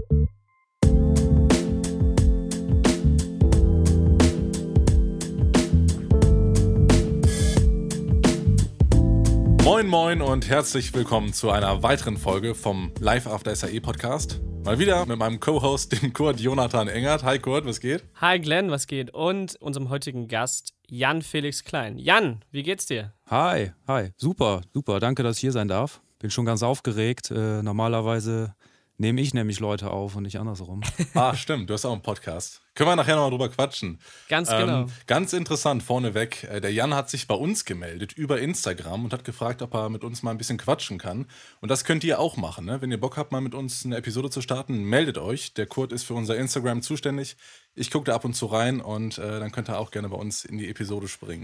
Moin moin und herzlich willkommen zu einer weiteren Folge vom Live After SAE Podcast. Mal wieder mit meinem Co-Host, dem Kurt Jonathan Engert. Hi Kurt, was geht? Hi Glenn, was geht? Und unserem heutigen Gast Jan Felix Klein. Jan, wie geht's dir? Hi, super, danke, dass ich hier sein darf. Bin schon ganz aufgeregt. Normalerweise nehme ich nämlich Leute auf und nicht andersrum. Ah, stimmt, du hast auch einen Podcast. Können wir nachher nochmal drüber quatschen. Ganz genau. Ganz interessant vorneweg, der Jan hat sich bei uns gemeldet über Instagram und hat gefragt, ob er mit uns mal ein bisschen quatschen kann. Und das könnt ihr auch machen, ne? Wenn ihr Bock habt, mal mit uns eine Episode zu starten, meldet euch. Der Kurt ist für unser Instagram zuständig. Ich gucke da ab und zu rein und dann könnt ihr auch gerne bei uns in die Episode springen.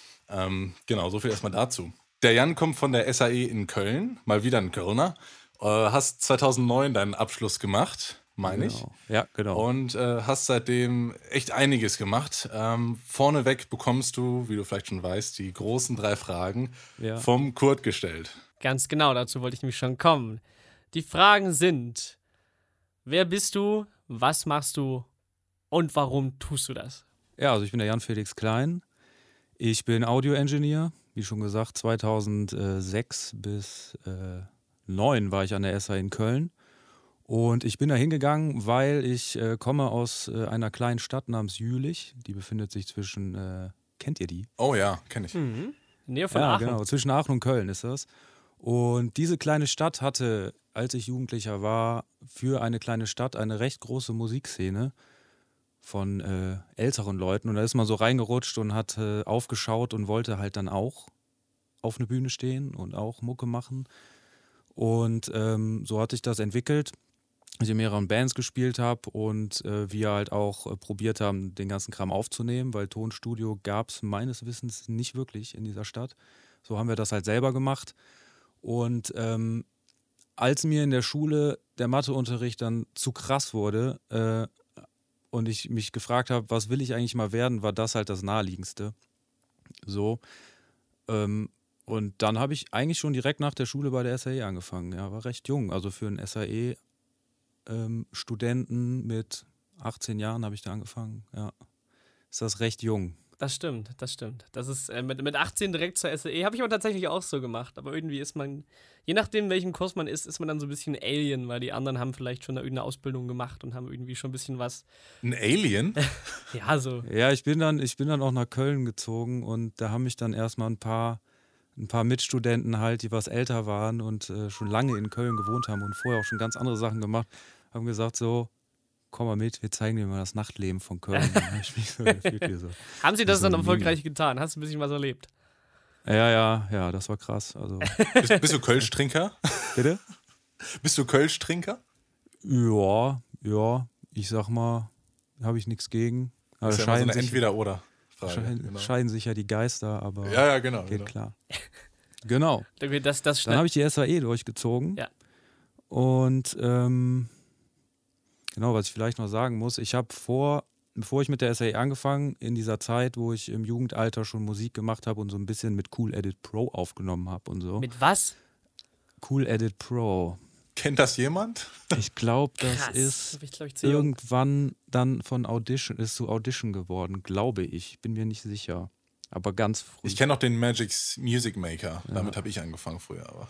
Genau, so viel erstmal dazu. Der Jan kommt von der SAE in Köln, mal wieder ein Kölner. Hast 2009 deinen Abschluss gemacht, meine ich. Ja, genau. Und hast seitdem echt einiges gemacht. Vorneweg bekommst du, wie du vielleicht schon weißt, die großen 3 Fragen vom Kurt gestellt. Ganz genau, dazu wollte ich nämlich schon kommen. Die Fragen sind: Wer bist du, was machst du und warum tust du das? Ja, also ich bin der Jan Felix Klein. Ich bin Audio-Engineer. Wie schon gesagt, 2006 bis 2009 war ich an der SAE in Köln. Und ich bin da hingegangen, weil ich komme aus einer kleinen Stadt namens Jülich. Die befindet sich zwischen, kennt ihr die? Oh ja, kenne ich. Mhm. Nähe von Aachen. Genau, zwischen Aachen und Köln ist das. Und diese kleine Stadt hatte, als ich Jugendlicher war, für eine kleine Stadt eine recht große Musikszene von älteren Leuten. Und da ist man so reingerutscht und hat aufgeschaut und wollte halt dann auch auf eine Bühne stehen und auch Mucke machen. Und so hat sich das entwickelt, dass ich in mehreren Bands gespielt habe und wir halt auch probiert haben, den ganzen Kram aufzunehmen, weil Tonstudio gab es meines Wissens nicht wirklich in dieser Stadt. So haben wir das halt selber gemacht. Und als mir in der Schule der Matheunterricht dann zu krass wurde und ich mich gefragt habe, was will ich eigentlich mal werden, war das halt das Naheliegendste. So. Und dann habe ich eigentlich schon direkt nach der Schule bei der SAE angefangen. Ja, war recht jung. Also für einen SAE-Studenten mit 18 Jahren habe ich da angefangen. Ja, ist das recht jung. Das stimmt. Das ist mit 18 direkt zur SAE, habe ich aber tatsächlich auch so gemacht. Aber irgendwie ist man, je nachdem welchen Kurs man ist man dann so ein bisschen Alien, weil die anderen haben vielleicht schon irgendeine Ausbildung gemacht und haben irgendwie schon ein bisschen was. Ein Alien? Ja, so. Ja, ich bin dann auch nach Köln gezogen und da haben mich dann erstmal ein paar Mitstudenten halt, die was älter waren und schon lange in Köln gewohnt haben und vorher auch schon ganz andere Sachen gemacht, haben gesagt so, komm mal mit, wir zeigen dir mal das Nachtleben von Köln. So. Haben sie das dann erfolgreich getan? Hast du ein bisschen was erlebt? Ja, das war krass. Also. Bist du Kölsch-Trinker? Bitte? Bist du Kölsch-Trinker? Ja, ich sag mal, habe ich nichts gegen. Das ist ja immer so eine Entweder-Oder-Frage. Scheiden sich ja die Geister, aber ja, genau, geht klar. Genau. Dann habe ich die SAE durchgezogen. Ja. Und genau, was ich vielleicht noch sagen muss, ich habe bevor ich mit der SAE angefangen, in dieser Zeit, wo ich im Jugendalter schon Musik gemacht habe und so ein bisschen mit Cool Edit Pro aufgenommen habe und so. Mit was? Cool Edit Pro. Kennt das jemand? Ich glaube, das ist irgendwann dann zu Audition geworden, glaube ich. Bin mir nicht sicher. Aber ganz früh. Ich kenne auch den Magic's Music Maker. Ja. Damit habe ich angefangen früher. Aber.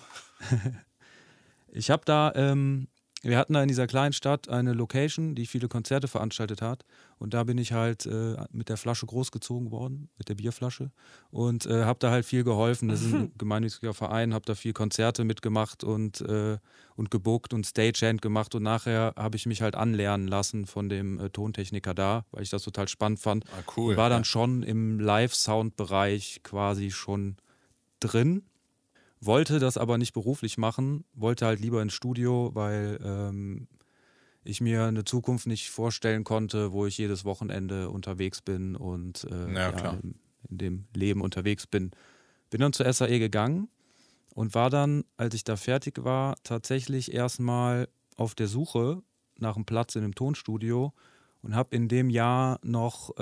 Ich habe da, wir hatten da in dieser kleinen Stadt eine Location, die viele Konzerte veranstaltet hat. Und da bin ich halt mit der Flasche großgezogen worden, mit der Bierflasche. Und habe da halt viel geholfen. Das ist ein gemeinnütziger Verein, habe da viel Konzerte mitgemacht und gebookt und Stagehand gemacht. Und nachher habe ich mich halt anlernen lassen von dem Tontechniker da, weil ich das total spannend fand. Ah, cool. Und war dann schon im Live-Sound-Bereich quasi schon drin. Wollte das aber nicht beruflich machen, wollte halt lieber ins Studio, weil ich mir eine Zukunft nicht vorstellen konnte, wo ich jedes Wochenende unterwegs bin und in dem Leben unterwegs bin. Bin dann zur SAE gegangen und war dann, als ich da fertig war, tatsächlich erstmal auf der Suche nach einem Platz in einem Tonstudio und habe in dem Jahr noch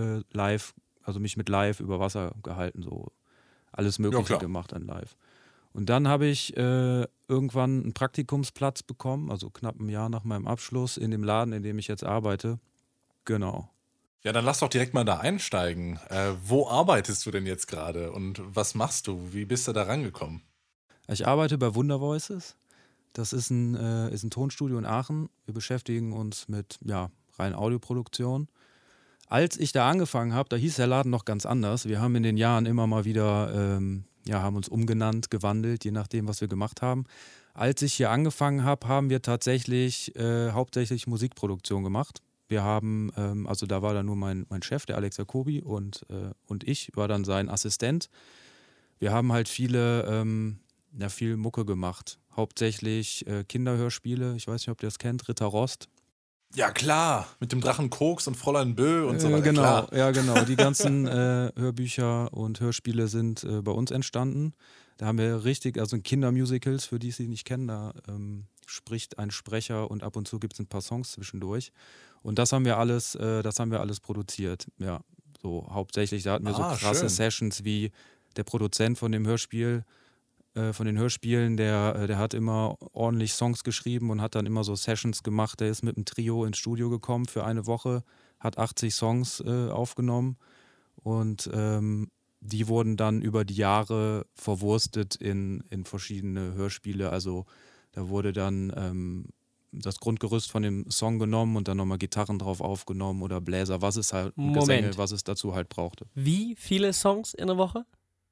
live, also mich mit live über Wasser gehalten, so alles Mögliche gemacht an live. Und dann habe ich irgendwann einen Praktikumsplatz bekommen, also knapp ein Jahr nach meinem Abschluss, in dem Laden, in dem ich jetzt arbeite. Genau. Ja, dann lass doch direkt mal da einsteigen. Wo arbeitest du denn jetzt gerade und was machst du? Wie bist du da rangekommen? Ich arbeite bei Wonder Voices. Das ist ein Tonstudio in Aachen. Wir beschäftigen uns mit rein Audioproduktion. Als ich da angefangen habe, da hieß der Laden noch ganz anders. Wir haben in den Jahren immer mal wieder, haben uns umgenannt, gewandelt, je nachdem, was wir gemacht haben. Als ich hier angefangen habe, haben wir tatsächlich hauptsächlich Musikproduktion gemacht. Wir haben, da war dann nur mein Chef, der Alex Jacobi, und ich war dann sein Assistent. Wir haben halt viel Mucke gemacht. Hauptsächlich Kinderhörspiele. Ich weiß nicht, ob ihr das kennt, Ritter Rost. Ja, klar, mit dem Drachen Koks und Fräulein Bö und so weiter. Genau, klar. ja, genau. Die ganzen Hörbücher und Hörspiele sind bei uns entstanden. Da haben wir also Kindermusicals, für die es sie nicht kennen, da spricht ein Sprecher und ab und zu gibt es ein paar Songs zwischendurch. Und das haben wir alles produziert. Ja, so hauptsächlich, da hatten wir so krasse schön. Sessions wie der Produzent von dem Hörspiel, von den Hörspielen, der hat immer ordentlich Songs geschrieben und hat dann immer so Sessions gemacht. Der ist mit einem Trio ins Studio gekommen für eine Woche, hat 80 Songs aufgenommen und die wurden dann über die Jahre verwurstet in verschiedene Hörspiele. Also da wurde dann das Grundgerüst von dem Song genommen und dann nochmal Gitarren drauf aufgenommen oder Bläser, was es halt, Gesänge, was es dazu halt brauchte. Wie viele Songs in der Woche?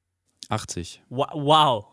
80. Wow.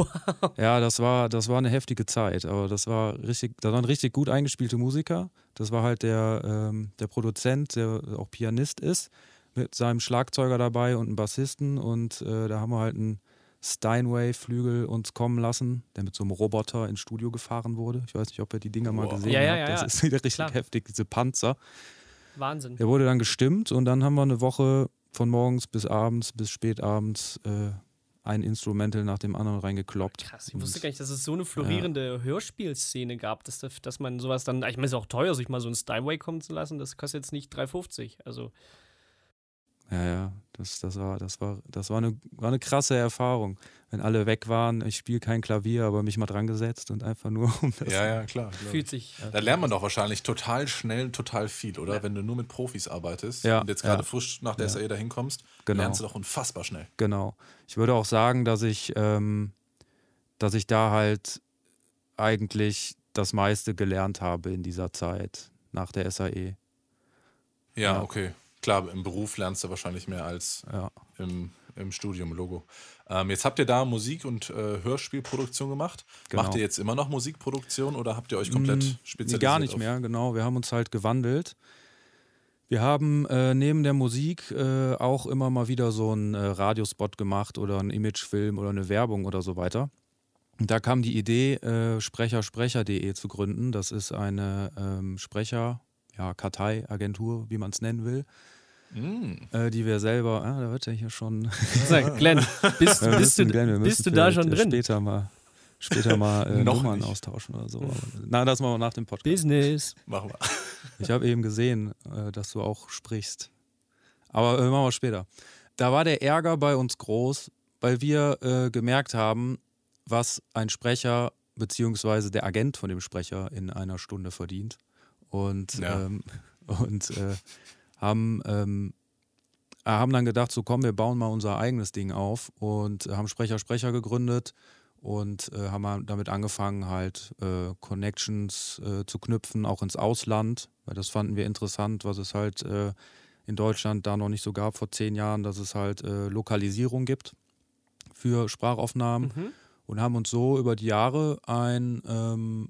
Ja, das war eine heftige Zeit, aber das waren richtig gut eingespielte Musiker. Das war halt der Produzent, der auch Pianist ist, mit seinem Schlagzeuger dabei und einem Bassisten und da haben wir halt einen Steinway-Flügel uns kommen lassen, der mit so einem Roboter ins Studio gefahren wurde. Ich weiß nicht, ob ihr die Dinger mal gesehen habt. Das ist wieder richtig heftig, diese Panzer. Wahnsinn. Der wurde dann gestimmt und dann haben wir eine Woche von morgens bis abends, bis spätabends ein Instrumental nach dem anderen reingekloppt. Krass, ich wusste gar nicht, dass es so eine florierende Hörspielszene gab, dass man sowas dann, ich meine, es ist auch teuer, sich mal so ein Steinway kommen zu lassen, das kostet jetzt nicht 3,50, also. Ja, das war eine krasse Erfahrung. Wenn alle weg waren, ich spiele kein Klavier, aber mich mal dran gesetzt und einfach nur um das. Ja, klar. Fühlt sich. Da lernt man doch wahrscheinlich total schnell total viel, oder? Ja. Wenn du nur mit Profis arbeitest und jetzt gerade frisch nach der SAE dahin kommst, lernst du doch unfassbar schnell. Genau. Ich würde auch sagen, dass ich da halt eigentlich das meiste gelernt habe in dieser Zeit nach der SAE. Ja, okay. Klar, im Beruf lernst du wahrscheinlich mehr als im Studium, Logo. Jetzt habt ihr da Musik- und Hörspielproduktion gemacht. Genau. Macht ihr jetzt immer noch Musikproduktion oder habt ihr euch komplett spezialisiert? Gar nicht mehr, genau. Wir haben uns halt gewandelt. Wir haben neben der Musik auch immer mal wieder so einen Radiospot gemacht oder einen Imagefilm oder eine Werbung oder so weiter. Und da kam die Idee, sprechersprecher.de zu gründen. Das ist eine Karteiagentur, wie man es nennen will. Die wir selber, da wird ja hier schon. Glenn, bist du da schon drin? Später mal Nummern austauschen oder so. Na, das machen wir nach dem Podcast. Business. Machen wir. Ich habe eben gesehen, dass du auch sprichst. Aber machen wir später. Da war der Ärger bei uns groß, weil wir gemerkt haben, was ein Sprecher bzw. der Agent von dem Sprecher in einer Stunde verdient. Und haben dann gedacht, so komm, wir bauen mal unser eigenes Ding auf und haben Sprecher gegründet und haben damit angefangen, halt Connections zu knüpfen, auch ins Ausland, weil das fanden wir interessant, was es halt in Deutschland da noch nicht so gab vor 10 Jahren, dass es halt Lokalisierung gibt für Sprachaufnahmen und haben uns so über die Jahre einen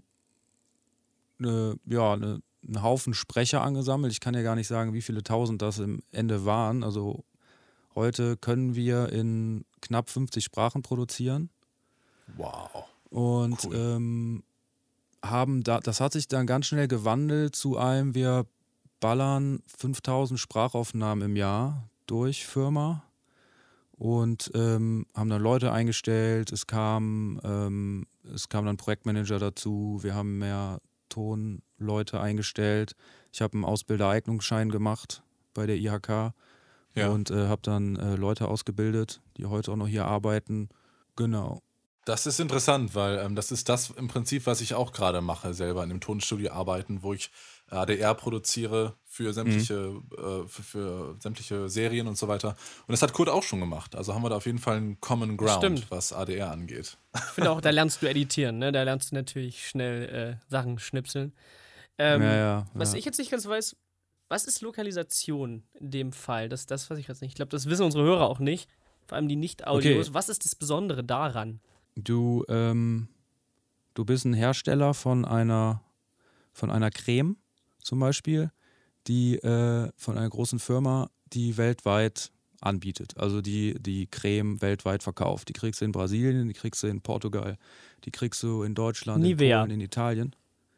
Haufen Sprecher angesammelt. Ich kann ja gar nicht sagen, wie viele tausend das im Ende waren. Also heute können wir in knapp 50 Sprachen produzieren. Wow. Und cool. Das hat sich dann ganz schnell gewandelt zu einem, wir ballern 5000 Sprachaufnahmen im Jahr durch Firma und haben dann Leute eingestellt. Es kam dann Projektmanager dazu. Wir haben mehr Tonleute eingestellt. Ich habe einen Ausbildereignungsschein gemacht bei der IHK und habe dann Leute ausgebildet, die heute auch noch hier arbeiten. Genau. Das ist interessant, weil das ist das im Prinzip, was ich auch gerade mache, selber in einem Tonstudio arbeiten, wo ich ADR produziere für Mhm. für sämtliche Serien und so weiter. Und das hat Kurt auch schon gemacht. Also haben wir da auf jeden Fall einen Common Das Ground, stimmt. was ADR angeht. Ich finde auch, da lernst du editieren, ne? Da lernst du natürlich schnell Sachen schnipseln. Ja, Was ja. ich jetzt nicht ganz weiß, was ist Lokalisation in dem Fall? Das weiß ich jetzt nicht. Ich glaube, das wissen unsere Hörer auch nicht. Vor allem die Okay, Nicht-Audios. Was ist das Besondere daran? du bist ein Hersteller von einer Creme zum Beispiel, die von einer großen Firma, die weltweit anbietet. Also die Creme weltweit verkauft. Die kriegst du in Brasilien, die kriegst du in Portugal, die kriegst du in Deutschland, in Nivea. Polen, in Italien.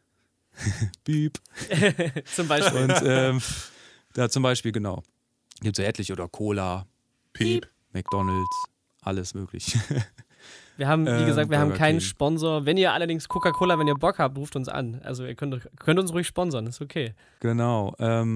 Piep. Zum Beispiel. Und da zum Beispiel, genau, gibt es ja etliche oder Cola, Piep. McDonalds, alles möglich. Wir haben, wie gesagt, wir haben Burger keinen King. Sponsor. Wenn ihr allerdings Coca-Cola, wenn ihr Bock habt, ruft uns an. Also ihr könnt uns ruhig sponsern, ist okay. Genau.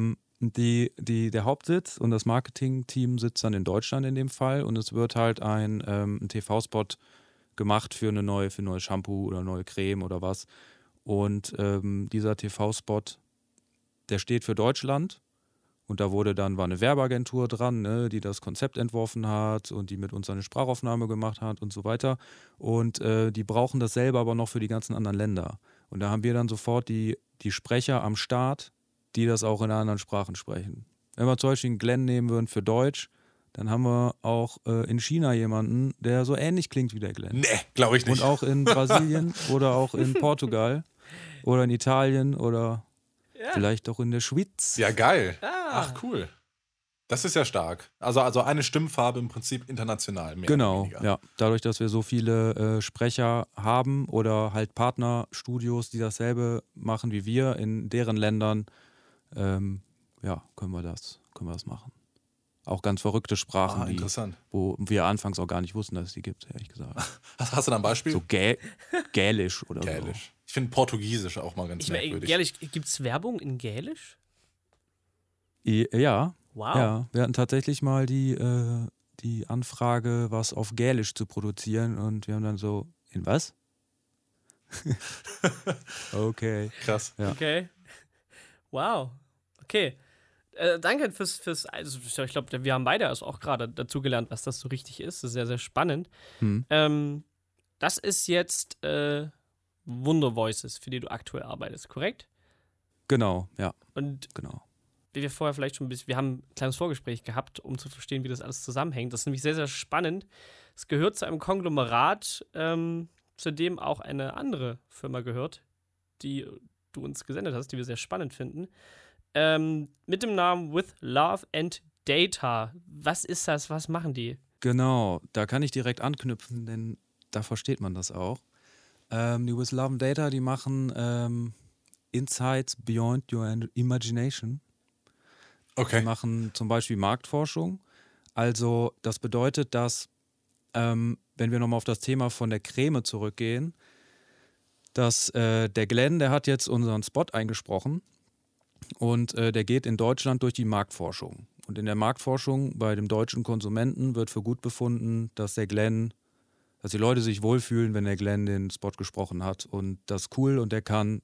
Der Hauptsitz und das Marketing-Team sitzt dann in Deutschland in dem Fall und es wird halt ein TV-Spot gemacht für für ein neues Shampoo oder neue Creme oder was. Und dieser TV-Spot, der steht für Deutschland. Und da war eine Werbeagentur dran, ne, die das Konzept entworfen hat und die mit uns eine Sprachaufnahme gemacht hat und so weiter. Und die brauchen das selber aber noch für die ganzen anderen Länder. Und da haben wir dann sofort die Sprecher am Start, die das auch in anderen Sprachen sprechen. Wenn wir zum Beispiel einen Glenn nehmen würden für Deutsch, dann haben wir auch in China jemanden, der so ähnlich klingt wie der Glenn. Nee, glaube ich Und nicht. auch in Brasilien oder auch in Portugal oder in Italien oder vielleicht auch in der Schweiz. Ja, geil. Ah. Ach, cool. Das ist ja stark. Also eine Stimmfarbe im Prinzip international, mehr oder Genau, weniger. ja. Dadurch, dass wir so viele Sprecher haben oder halt Partnerstudios, die dasselbe machen wie wir in deren Ländern, ja, können wir das machen. Auch ganz verrückte Sprachen, Interessant. wo wir anfangs auch gar nicht wussten, dass es die gibt, ehrlich gesagt. Hast du da ein Beispiel? So Gälisch oder Gälisch. Ich finde Portugiesisch auch mal ganz Ich meine, merkwürdig. Gälisch, gibt es Werbung in Gälisch? so. Ja, Wow. ja. Wir hatten tatsächlich mal die Anfrage, was auf Gälisch zu produzieren und wir haben dann so, in was? Okay. Krass. Ja. Okay. Wow. Okay. Danke also ich glaube, wir haben beide also auch gerade dazugelernt, was das so richtig ist. Das ist sehr, sehr spannend. Hm. Das ist jetzt Wunder Voices, für die du aktuell arbeitest, korrekt? Genau, ja, Und genau. wie wir vorher vielleicht schon ein bisschen, wir haben ein kleines Vorgespräch gehabt, um zu verstehen, wie das alles zusammenhängt. Das ist nämlich sehr, sehr spannend. Es gehört zu einem Konglomerat, zu dem auch eine andere Firma gehört, die du uns gesendet hast, die wir sehr spannend finden. Mit dem Namen With Love and Data. Was ist das? Was machen die? Genau, da kann ich direkt anknüpfen, denn da versteht man das auch. Die With Love and Data, die machen Insights Beyond Your Imagination. Die Okay. machen zum Beispiel Marktforschung. Also das bedeutet, dass, wenn wir nochmal auf das Thema von der Creme zurückgehen, dass der Glenn, der hat jetzt unseren Spot eingesprochen und der geht in Deutschland durch die Marktforschung. Und in der Marktforschung bei dem deutschen Konsumenten wird für gut befunden, dass die Leute sich wohlfühlen, wenn der Glenn den Spot gesprochen hat. Und das ist cool und der kann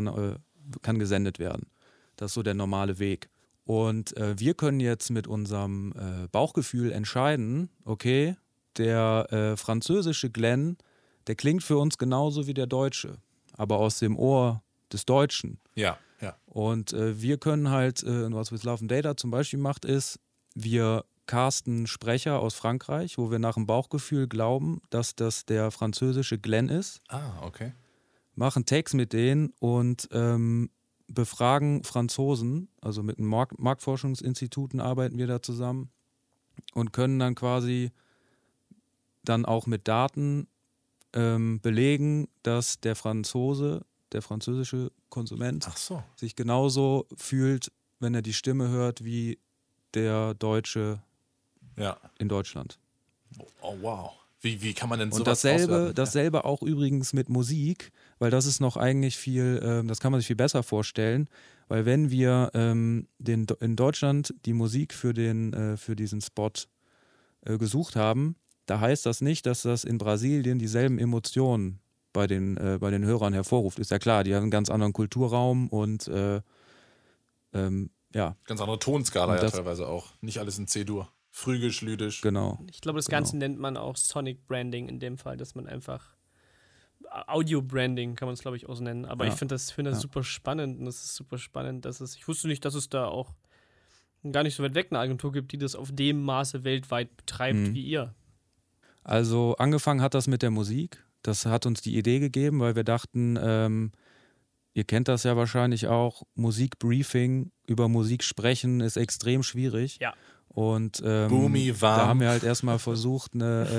gesendet werden. Das ist so der normale Weg. Und wir können jetzt mit unserem Bauchgefühl entscheiden, okay, der französische Glenn, der klingt für uns genauso wie der deutsche, aber aus dem Ohr des Deutschen. Ja, ja. Und wir können halt, was With Love and Data zum Beispiel macht, ist, wir casten Sprecher aus Frankreich, wo wir nach dem Bauchgefühl glauben, dass das der französische Glenn ist, Okay. machen Takes mit denen und befragen Franzosen, also mit den Marktforschungsinstituten arbeiten wir da zusammen und können dann quasi dann auch mit Daten belegen, dass der französische Konsument Ach so. sich genauso fühlt, wenn er die Stimme hört, wie der Deutsche Ja. in Deutschland. Oh, wow. Wie kann man denn Und sowas auswerten? dasselbe auch übrigens mit Musik, weil das ist noch eigentlich viel, das kann man sich viel besser vorstellen, weil wenn wir in Deutschland die Musik für diesen Spot gesucht haben, da heißt das nicht, dass das in Brasilien dieselben Emotionen bei den Hörern hervorruft. Ist ja klar, die haben einen ganz anderen Kulturraum und ja. Ganz andere Tonskala ja das, teilweise auch. Nicht alles in C-Dur. Phrygisch, Lydisch. Genau. Ich glaube, das Ganze nennt man auch Sonic Branding in dem Fall, dass man einfach Audio Branding kann man es, glaube ich, auch so nennen. Aber ich finde das super spannend und es ist super spannend, ich wusste nicht, dass es da auch gar nicht so weit weg eine Agentur gibt, die das auf dem Maße weltweit betreibt wie ihr. Also angefangen hat das mit der Musik. Das hat uns die Idee gegeben, weil wir dachten, ihr kennt das ja wahrscheinlich auch, Musikbriefing, über Musik sprechen ist extrem schwierig. Ja. Und Boomy, warm. Da haben wir halt erstmal versucht,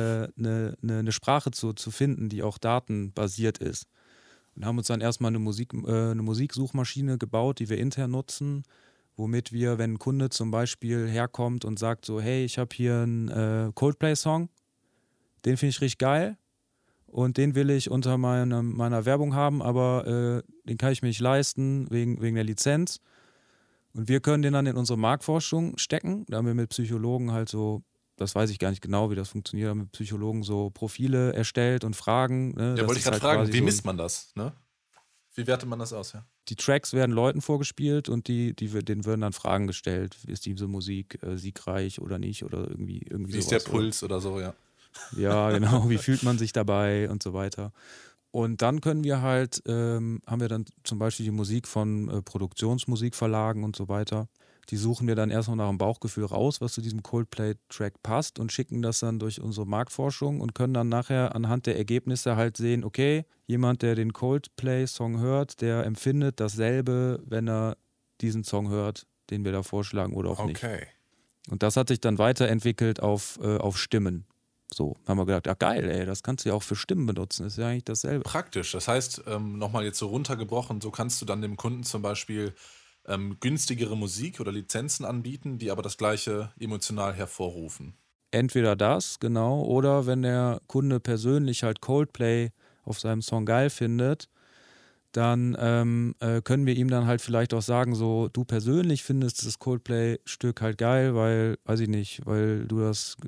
eine Sprache zu finden, die auch datenbasiert ist. Und haben uns dann erstmal eine Musiksuchmaschine gebaut, die wir intern nutzen, womit wir, wenn ein Kunde zum Beispiel herkommt und sagt so, hey, ich habe hier einen Coldplay-Song, den finde ich richtig geil und den will ich unter meiner Werbung haben, aber den kann ich mir nicht leisten wegen der Lizenz. Und wir können den dann in unsere Marktforschung stecken. Da haben wir mit Psychologen halt so, das weiß ich gar nicht genau, wie das funktioniert, haben mit Psychologen so Profile erstellt und Fragen. Ne? Ja, wollte ich gerade halt fragen, wie misst man das? Ne? Wie wertet man das aus? Ja? Die Tracks werden Leuten vorgespielt und denen würden dann Fragen gestellt. Ist diese Musik siegreich oder nicht? Oder irgendwie wie ist der Puls oder so, ja. Ja, genau. Wie fühlt man sich dabei und so weiter. Und dann können wir halt, haben wir dann zum Beispiel die Musik von Produktionsmusikverlagen und so weiter. Die suchen wir dann erstmal nach dem Bauchgefühl raus, was zu diesem Coldplay-Track passt und schicken das dann durch unsere Marktforschung und können dann nachher anhand der Ergebnisse halt sehen, okay, jemand, der den Coldplay-Song hört, der empfindet dasselbe, wenn er diesen Song hört, den wir da vorschlagen oder auch nicht. Okay. Und das hat sich dann weiterentwickelt auf Stimmen. So, haben wir gedacht, ja geil, ey, das kannst du ja auch für Stimmen benutzen, ist ja eigentlich dasselbe. Praktisch, das heißt, nochmal jetzt so runtergebrochen, so kannst du dann dem Kunden zum Beispiel günstigere Musik oder Lizenzen anbieten, die aber das Gleiche emotional hervorrufen. Entweder das, genau, oder wenn der Kunde persönlich halt Coldplay auf seinem Song geil findet, dann können wir ihm dann halt vielleicht auch sagen, so, du persönlich findest das Coldplay-Stück halt geil, weil, weiß ich nicht, weil du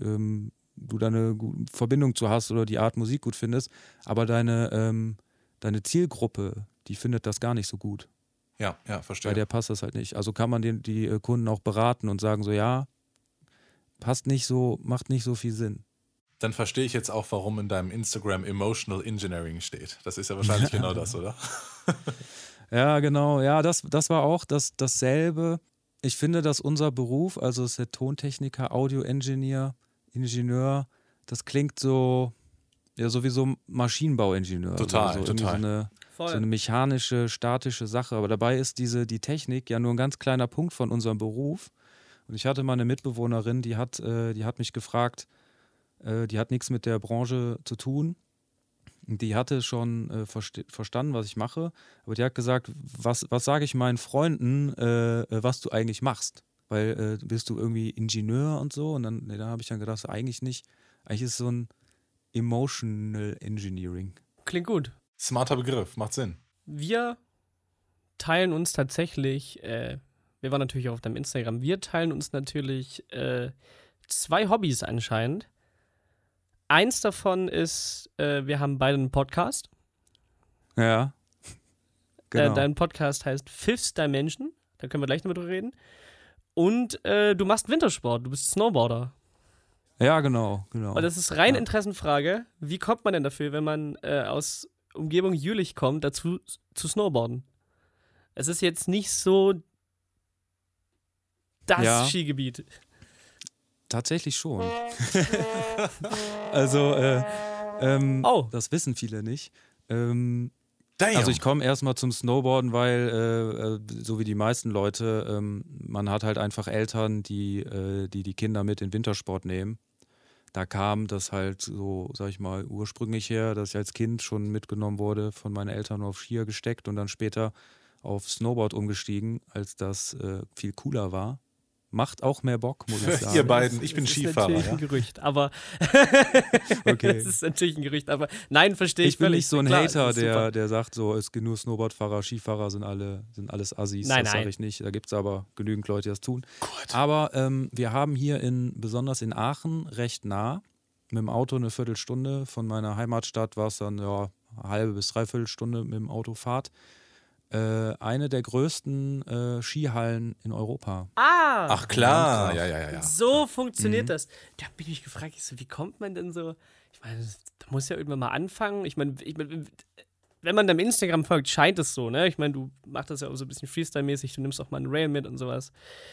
da eine Verbindung zu hast oder die Art Musik gut findest, aber deine Zielgruppe, die findet das gar nicht so gut. Ja, verstehe. Bei der passt das halt nicht. Also kann man die Kunden auch beraten und sagen so, ja, passt nicht so, macht nicht so viel Sinn. Dann verstehe ich jetzt auch, warum in deinem Instagram Emotional Engineering steht. Das ist ja wahrscheinlich genau das, oder? Ja, genau. Ja, das war auch dasselbe. Ich finde, dass unser Beruf, also ist der Tontechniker, Audio-Ingenieur, das klingt so, ja, sowieso Maschinenbauingenieur. Total, also total. So eine mechanische, statische Sache. Aber dabei ist die Technik ja nur ein ganz kleiner Punkt von unserem Beruf. Und ich hatte mal eine Mitbewohnerin, die hat mich gefragt, die hat nichts mit der Branche zu tun. Die hatte schon verstanden, was ich mache. Aber die hat gesagt, was sage ich meinen Freunden, was du eigentlich machst? Weil bist du irgendwie Ingenieur und so? Und dann habe ich dann gedacht, eigentlich nicht. Eigentlich ist es so ein Emotional Engineering. Klingt gut. Smarter Begriff, macht Sinn. Wir teilen uns tatsächlich, wir waren natürlich auch auf deinem Instagram, wir teilen uns natürlich 2 Hobbys anscheinend. Eins davon ist, wir haben beide einen Podcast. Ja, genau. Dein Podcast heißt Fifth Dimension, da können wir gleich noch drüber reden. Und du machst Wintersport, du bist Snowboarder. Ja, genau. Und das ist rein Interessenfrage. Wie kommt man denn dafür, wenn man aus Umgebung Jülich kommt, dazu zu snowboarden? Es ist jetzt nicht so das Skigebiet. Tatsächlich schon. Also, das wissen viele nicht. Also ich komme erstmal zum Snowboarden, weil, so wie die meisten Leute, man hat halt einfach Eltern, die Kinder mit in Wintersport nehmen. Da kam das halt so, sag ich mal, ursprünglich her, dass ich als Kind schon mitgenommen wurde, von meinen Eltern auf Skier gesteckt und dann später auf Snowboard umgestiegen, als das viel cooler war. Macht auch mehr Bock, muss ich sagen. Ihr beiden, ich bin Skifahrer. Das ist natürlich ein Gerücht, aber okay. Das ist natürlich ein Gerücht, aber nein, verstehe ich bin völlig. nicht so ein Klar, Hater, der sagt so, es gibt nur Snowboardfahrer, Skifahrer sind alles Assis. Nein, das nein. sage ich nicht. Da gibt es aber genügend Leute, die das tun. Gut. Aber wir haben hier besonders in Aachen recht nah mit dem Auto eine Viertelstunde. Von meiner Heimatstadt war es dann eine halbe bis dreiviertel Stunde mit dem Autofahrt. Eine der größten Skihallen in Europa. Ah! Ach klar, ja. So funktioniert das. Da bin ich mich gefragt, wie kommt man denn so? Ich meine, da muss ja irgendwann mal anfangen. Ich meine, wenn man deinem Instagram folgt, scheint es so, ne? Ich meine, du machst das ja auch so ein bisschen Freestyle-mäßig, du nimmst auch mal einen Rail mit und sowas.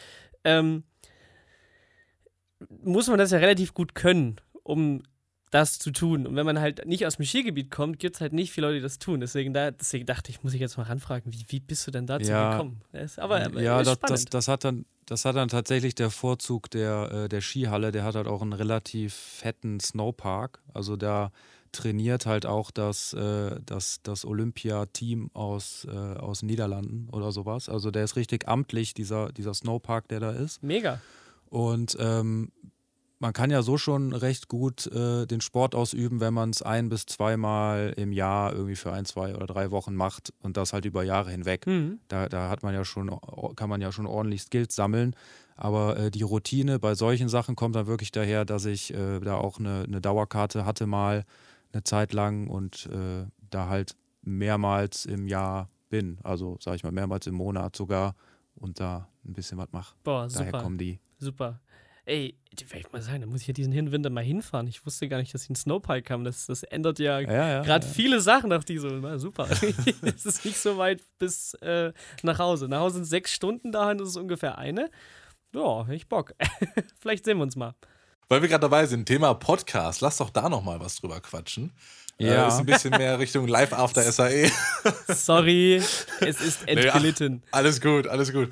Muss man das ja relativ gut können, um das zu tun. Und wenn man halt nicht aus dem Skigebiet kommt, gibt es halt nicht viele Leute, die das tun. Deswegen dachte ich, muss ich jetzt mal ranfragen, wie bist du denn dazu gekommen? Ist spannend. Das hat dann tatsächlich der Vorzug der Skihalle. Der hat halt auch einen relativ fetten Snowpark. Also da trainiert halt auch das Olympia-Team aus Niederlanden oder sowas. Also der ist richtig amtlich, dieser Snowpark, der da ist. Mega. Und man kann ja so schon recht gut den Sport ausüben, wenn man es 1- bis 2-mal im Jahr irgendwie für 1, 2 oder 3 Wochen macht und das halt über Jahre hinweg. Da kann man ja schon ordentlich Skills sammeln. Aber die Routine bei solchen Sachen kommt dann wirklich daher, dass ich da auch eine Dauerkarte hatte mal eine Zeit lang und da halt mehrmals im Jahr bin. Also sage ich mal mehrmals im Monat sogar und da ein bisschen was mache. Boah, Daher super. kommen die. Super. Ey, werde ich mal sagen, da muss ich ja diesen Winter mal hinfahren. Ich wusste gar nicht, dass ich einen Snowpark haben. Das ändert ja gerade viele Sachen auf diese. Na, super. Es ist nicht so weit bis nach Hause. Nach Hause sind 6 Stunden, dahin ist es ungefähr eine. Ja, ich Bock. Vielleicht sehen wir uns mal. Weil wir gerade dabei sind, Thema Podcast, lass doch da nochmal was drüber quatschen. Ja. Ist ein bisschen mehr Richtung Live After SAE. Sorry, es ist entglitten. Alles gut.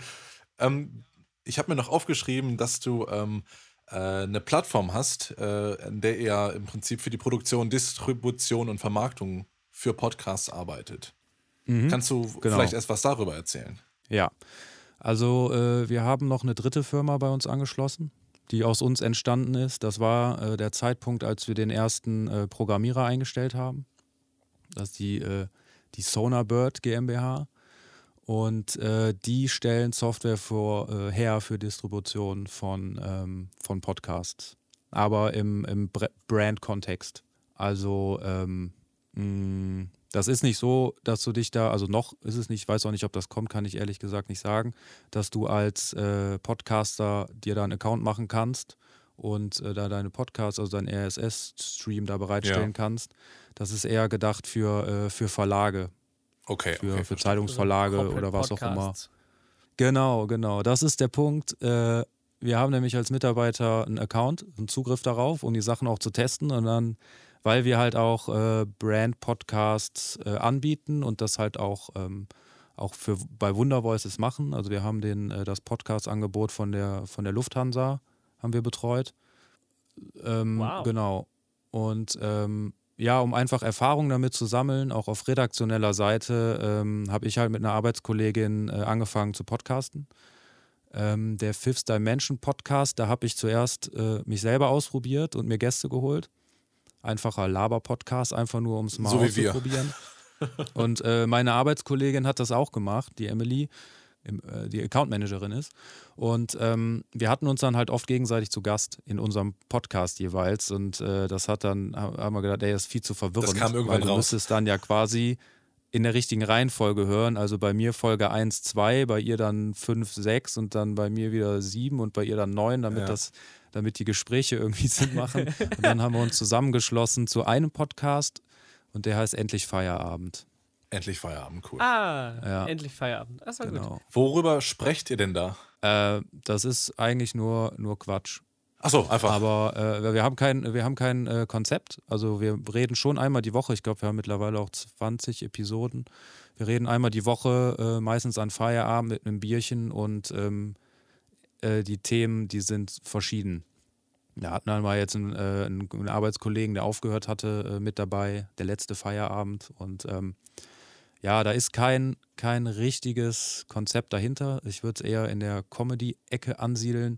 Ich habe mir noch aufgeschrieben, dass du eine Plattform hast, in der ihr im Prinzip für die Produktion, Distribution und Vermarktung für Podcasts arbeitet. Kannst du vielleicht erst was darüber erzählen? Ja, also wir haben noch eine dritte Firma bei uns angeschlossen, die aus uns entstanden ist. Das war der Zeitpunkt, als wir den ersten Programmierer eingestellt haben. Das ist die Sonarbird GmbH. Und die stellen Software her für Distribution von Podcasts, aber im Brand-Kontext. Also das ist nicht so, dass du dich da, also noch ist es nicht, ich weiß auch nicht, ob das kommt, kann ich ehrlich gesagt nicht sagen, dass du als Podcaster dir da einen Account machen kannst und da deine Podcasts, also deinen RSS-Stream da bereitstellen kannst. Das ist eher gedacht für Verlage. Okay, für Zeitungsverlage also oder was auch immer. Podcasts. Genau. Das ist der Punkt. Wir haben nämlich als Mitarbeiter einen Account, einen Zugriff darauf, um die Sachen auch zu testen. Und dann, weil wir halt auch Brand-Podcasts anbieten und das halt auch bei Wundervoices machen. Also wir haben das Podcast-Angebot von der Lufthansa haben wir betreut. Wow. Genau. Und um einfach Erfahrung damit zu sammeln, auch auf redaktioneller Seite, habe ich halt mit einer Arbeitskollegin angefangen zu podcasten. Der Fifth Dimension Podcast, da habe ich zuerst mich selber ausprobiert und mir Gäste geholt. Einfacher Laber-Podcast, einfach nur, um es mal auszuprobieren. Und meine Arbeitskollegin hat das auch gemacht, die Emily, die Account-Managerin ist. Und wir hatten uns dann halt oft gegenseitig zu Gast in unserem Podcast jeweils. Und das haben wir gedacht, das ist viel zu verwirrend. Das kam irgendwann weil du müsstest dann ja quasi in der richtigen Reihenfolge hören. Also bei mir Folge 1, 2, bei ihr dann 5, 6 und dann bei mir wieder 7 und bei ihr dann 9, damit die Gespräche irgendwie Sinn machen. Und dann haben wir uns zusammengeschlossen zu einem Podcast und der heißt Endlich Feierabend. Endlich Feierabend, cool. Endlich Feierabend. Das war gut. Worüber sprecht ihr denn da? Das ist eigentlich nur Quatsch. Achso, einfach. Aber wir haben kein Konzept. Also wir reden schon einmal die Woche. Ich glaube, wir haben mittlerweile auch 20 Episoden. Wir reden einmal die Woche, meistens an Feierabend mit einem Bierchen und die Themen, die sind verschieden. Wir hatten einmal jetzt einen Arbeitskollegen, der aufgehört hatte, mit dabei, der letzte Feierabend. Und da ist kein richtiges Konzept dahinter. Ich würde es eher in der Comedy-Ecke ansiedeln.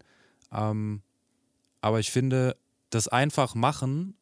Aber ich finde, das einfach machen,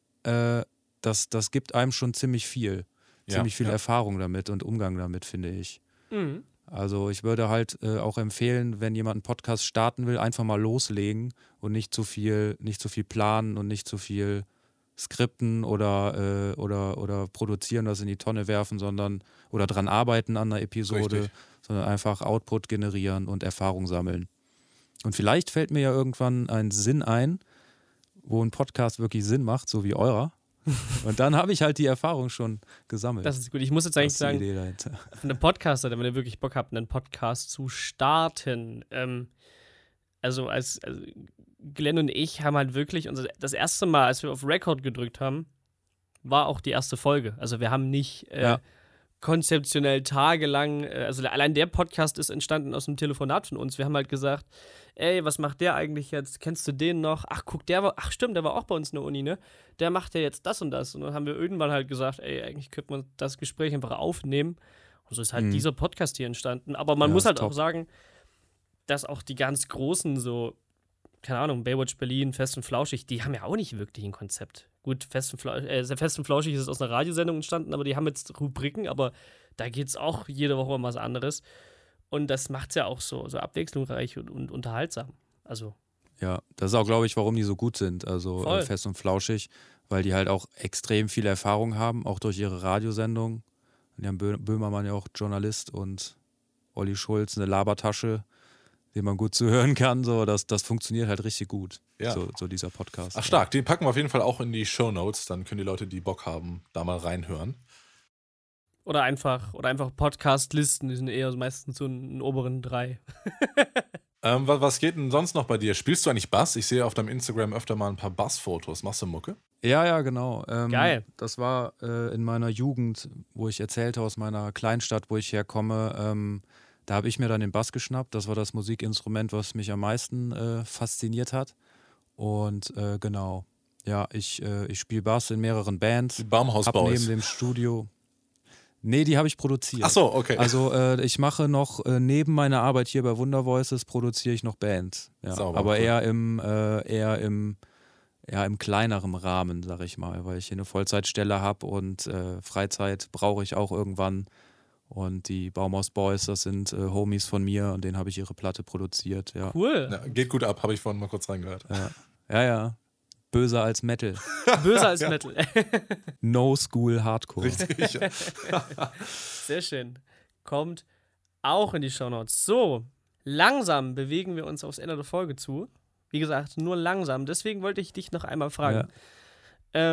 das gibt einem schon ziemlich viel. Ziemlich viel Erfahrung damit und Umgang damit, finde ich. Mhm. Also ich würde halt auch empfehlen, wenn jemand einen Podcast starten will, einfach mal loslegen und nicht zu viel planen und nicht zu viel skripten oder produzieren, das in die Tonne werfen, sondern oder dran arbeiten an einer Episode, Richtig. sondern einfach Output generieren und Erfahrung sammeln. Und vielleicht fällt mir ja irgendwann ein Sinn ein, wo ein Podcast wirklich Sinn macht, so wie eurer. Und dann habe ich halt die Erfahrung schon gesammelt. Das ist gut. Ich muss jetzt eigentlich Das ist die sagen, Idee dahinter. von einem Podcaster, wenn ihr wirklich Bock habt, einen Podcast zu starten, also Glenn und ich haben halt wirklich, das erste Mal, als wir auf Record gedrückt haben, war auch die erste Folge. Also wir haben nicht konzeptionell tagelang, also allein der Podcast ist entstanden aus einem Telefonat von uns. Wir haben halt gesagt, ey, was macht der eigentlich jetzt? Kennst du den noch? Ach, guck, stimmt, der war auch bei uns in der Uni, ne? Der macht ja jetzt das und das. Und dann haben wir irgendwann halt gesagt, ey, eigentlich könnte man das Gespräch einfach aufnehmen. Und so ist halt dieser Podcast hier entstanden. Aber man muss halt auch sagen, dass auch die ganz Großen so, keine Ahnung, Baywatch Berlin, Fest und Flauschig, die haben ja auch nicht wirklich ein Konzept. Gut, Fest und Flauschig ist aus einer Radiosendung entstanden, aber die haben jetzt Rubriken, aber da geht es auch jede Woche um was anderes. Und das macht es ja auch so abwechslungsreich und unterhaltsam. Also. Ja, das ist auch, glaube ich, warum die so gut sind. Also Fest und Flauschig, weil die halt auch extrem viel Erfahrung haben, auch durch ihre Radiosendung. Die haben Böhmermann ja auch Journalist und Olli Schulz eine Labertasche, den man gut zuhören kann. So, das funktioniert halt richtig gut, Ja. so dieser Podcast. Ach, stark. Den packen wir auf jeden Fall auch in die Shownotes. Dann können die Leute, die Bock haben, da mal reinhören. Oder einfach Podcast-Listen, die sind eher meistens so in den oberen 3. Was geht denn sonst noch bei dir? Spielst du eigentlich Bass? Ich sehe auf deinem Instagram öfter mal ein paar Bass-Fotos. Machst du Mucke? Ja, genau. Geil. Das war in meiner Jugend, wo ich erzählte, aus meiner Kleinstadt, wo ich herkomme. Da habe ich mir dann den Bass geschnappt. Das war das Musikinstrument, was mich am meisten fasziniert hat. Und genau, ja, ich spiele Bass in mehreren Bands. Die Baumhaus Hab Boys. neben dem Studio. Nee, die habe ich produziert. Ach so, okay. Also ich mache noch neben meiner Arbeit hier bei Wonder Voices produziere ich noch Bands. Ja. Sauber, Aber cool. eher im kleineren Rahmen, sag ich mal, weil ich hier eine Vollzeitstelle habe und Freizeit brauche ich auch irgendwann. Und die Baumhaus Boys, das sind Homies von mir und denen habe ich ihre Platte produziert. Ja. Cool. Ja, geht gut ab, habe ich vorhin mal kurz reingehört. Ja. Böser als Metal. Böser als Metal. No School Hardcore. Richtig. Sehr schön. Kommt auch in die Shownotes. So, langsam bewegen wir uns aufs Ende der Folge zu. Wie gesagt, nur langsam. Deswegen wollte ich dich noch einmal fragen. Ja.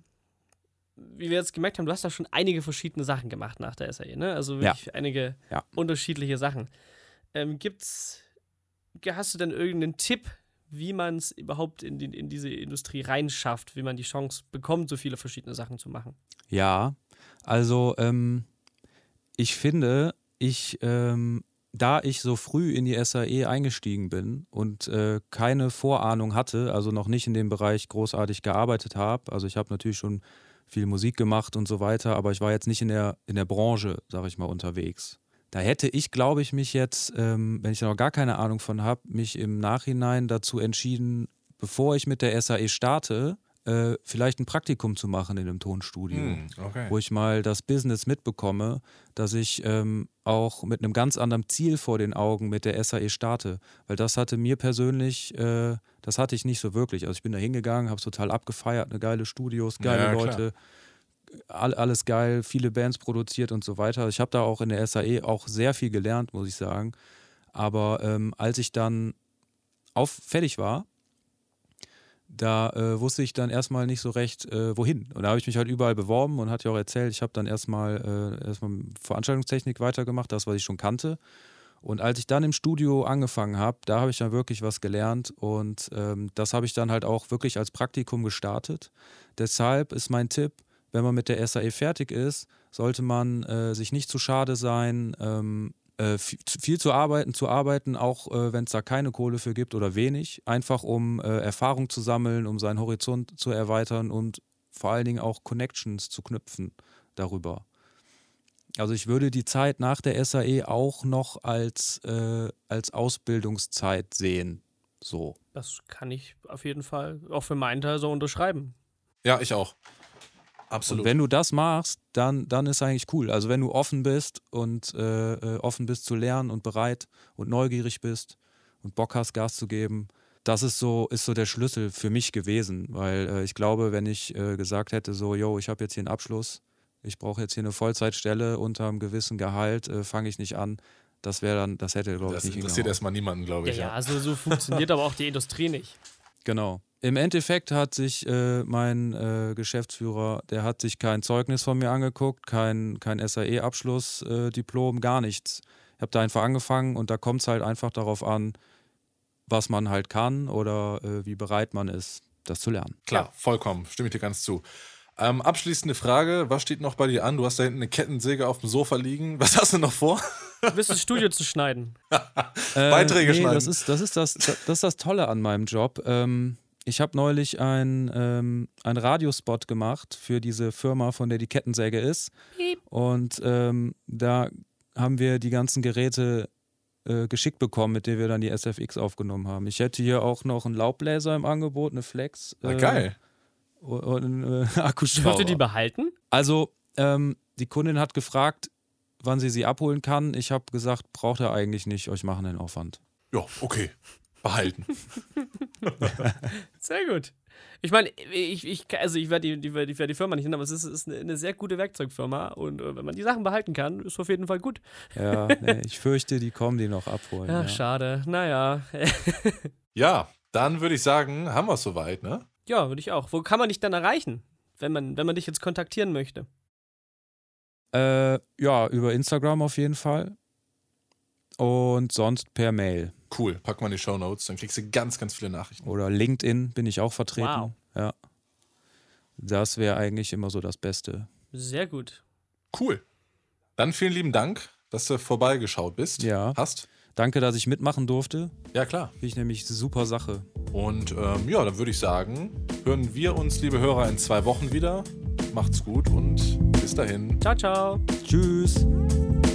Wie wir jetzt gemerkt haben, du hast da schon einige verschiedene Sachen gemacht nach der SAE, ne? Also wirklich einige unterschiedliche Sachen. Hast du denn irgendeinen Tipp, wie man es überhaupt in diese Industrie reinschafft, wie man die Chance bekommt, so viele verschiedene Sachen zu machen? Ja, also ich finde, da ich so früh in die SAE eingestiegen bin und keine Vorahnung hatte, also noch nicht in dem Bereich großartig gearbeitet habe, also ich habe natürlich schon viel Musik gemacht und so weiter, aber ich war jetzt nicht in der Branche, sage ich mal, unterwegs. Da hätte ich, glaube ich, mich jetzt, wenn ich da noch gar keine Ahnung von habe, mich im Nachhinein dazu entschieden, bevor ich mit der SAE starte, vielleicht ein Praktikum zu machen in einem Tonstudio, Okay. wo ich mal das Business mitbekomme, dass ich auch mit einem ganz anderen Ziel vor den Augen mit der SAE starte. Weil das hatte mir persönlich, das hatte ich nicht so wirklich. Also ich bin da hingegangen, habe es total abgefeiert, eine geile Studios, geile Leute, alles geil, viele Bands produziert und so weiter. Ich habe da auch in der SAE auch sehr viel gelernt, muss ich sagen. Aber als ich dann fertig war, da wusste ich dann erstmal nicht so recht, wohin. Und da habe ich mich halt überall beworben und hatte ja auch erzählt, ich habe dann erstmal Veranstaltungstechnik weitergemacht, das, was ich schon kannte. Und als ich dann im Studio angefangen habe, da habe ich dann wirklich was gelernt und das habe ich dann halt auch wirklich als Praktikum gestartet. Deshalb ist mein Tipp, wenn man mit der SAE fertig ist, sollte man sich nicht zu schade sein, viel zu arbeiten, auch wenn es da keine Kohle für gibt oder wenig, einfach um Erfahrung zu sammeln, um seinen Horizont zu erweitern und vor allen Dingen auch Connections zu knüpfen darüber. Also ich würde die Zeit nach der SAE auch noch als Ausbildungszeit sehen. So. Das kann ich auf jeden Fall auch für meinen Teil so unterschreiben. Ja, ich auch. Absolut. Und wenn du das machst, dann ist eigentlich cool. Also wenn du offen bist und offen bist zu lernen und bereit und neugierig bist und Bock hast, Gas zu geben, das ist so der Schlüssel für mich gewesen, weil ich glaube, wenn ich gesagt hätte, so, yo, ich habe jetzt hier einen Abschluss, ich brauche jetzt hier eine Vollzeitstelle unter einem gewissen Gehalt, fange ich nicht an, das hätte, glaube ich, nicht hingehauen. Das interessiert erstmal niemanden, glaube ich. Ja, also so funktioniert aber auch die Industrie nicht. Genau. Im Endeffekt hat sich mein Geschäftsführer, der hat sich kein Zeugnis von mir angeguckt, kein SAE-Abschluss, Diplom, gar nichts. Ich habe da einfach angefangen und da kommt es halt einfach darauf an, was man halt kann oder wie bereit man ist, das zu lernen. Klar, vollkommen, stimme ich dir ganz zu. Abschließende Frage, was steht noch bei dir an? Du hast da hinten eine Kettensäge auf dem Sofa liegen. Was hast du noch vor? Du bist das Studio zu schneiden. Beiträge schneiden. Das ist das Tolle an meinem Job. Ich habe neulich einen Radiospot gemacht für diese Firma, von der die Kettensäge ist. Piep. Und da haben wir die ganzen Geräte geschickt bekommen, mit denen wir dann die SFX aufgenommen haben. Ich hätte hier auch noch einen Laubbläser im Angebot, eine Flex. Geil. Und einen Akkuschrauber. Dürft ihr die behalten? Also, die Kundin hat gefragt, wann sie abholen kann. Ich habe gesagt, braucht er eigentlich nicht, euch machen den Aufwand. Ja, okay. Behalten. Sehr gut. Ich meine, ich werde die Firma nicht nennen, aber es ist eine sehr gute Werkzeugfirma und wenn man die Sachen behalten kann, ist auf jeden Fall gut. Ja, ich fürchte, die kommen die noch abholen. Ja, schade. Naja. Ja, dann würde ich sagen, haben wir es soweit, ne? Ja, würde ich auch. Wo kann man dich dann erreichen, wenn man dich jetzt kontaktieren möchte? Ja, über Instagram auf jeden Fall. Und sonst per Mail. Cool, pack mal in die Shownotes, dann kriegst du ganz, ganz viele Nachrichten. Oder LinkedIn bin ich auch vertreten. Wow. Ja. Das wäre eigentlich immer so das Beste. Sehr gut. Cool. Dann vielen lieben Dank, dass du vorbeigeschaut bist. Ja. Hast. Danke, dass ich mitmachen durfte. Ja, klar. Finde ich nämlich eine super Sache. Und ja, dann würde ich sagen, hören wir uns, liebe Hörer, in 2 Wochen wieder. Macht's gut und bis dahin. Ciao, ciao. Tschüss.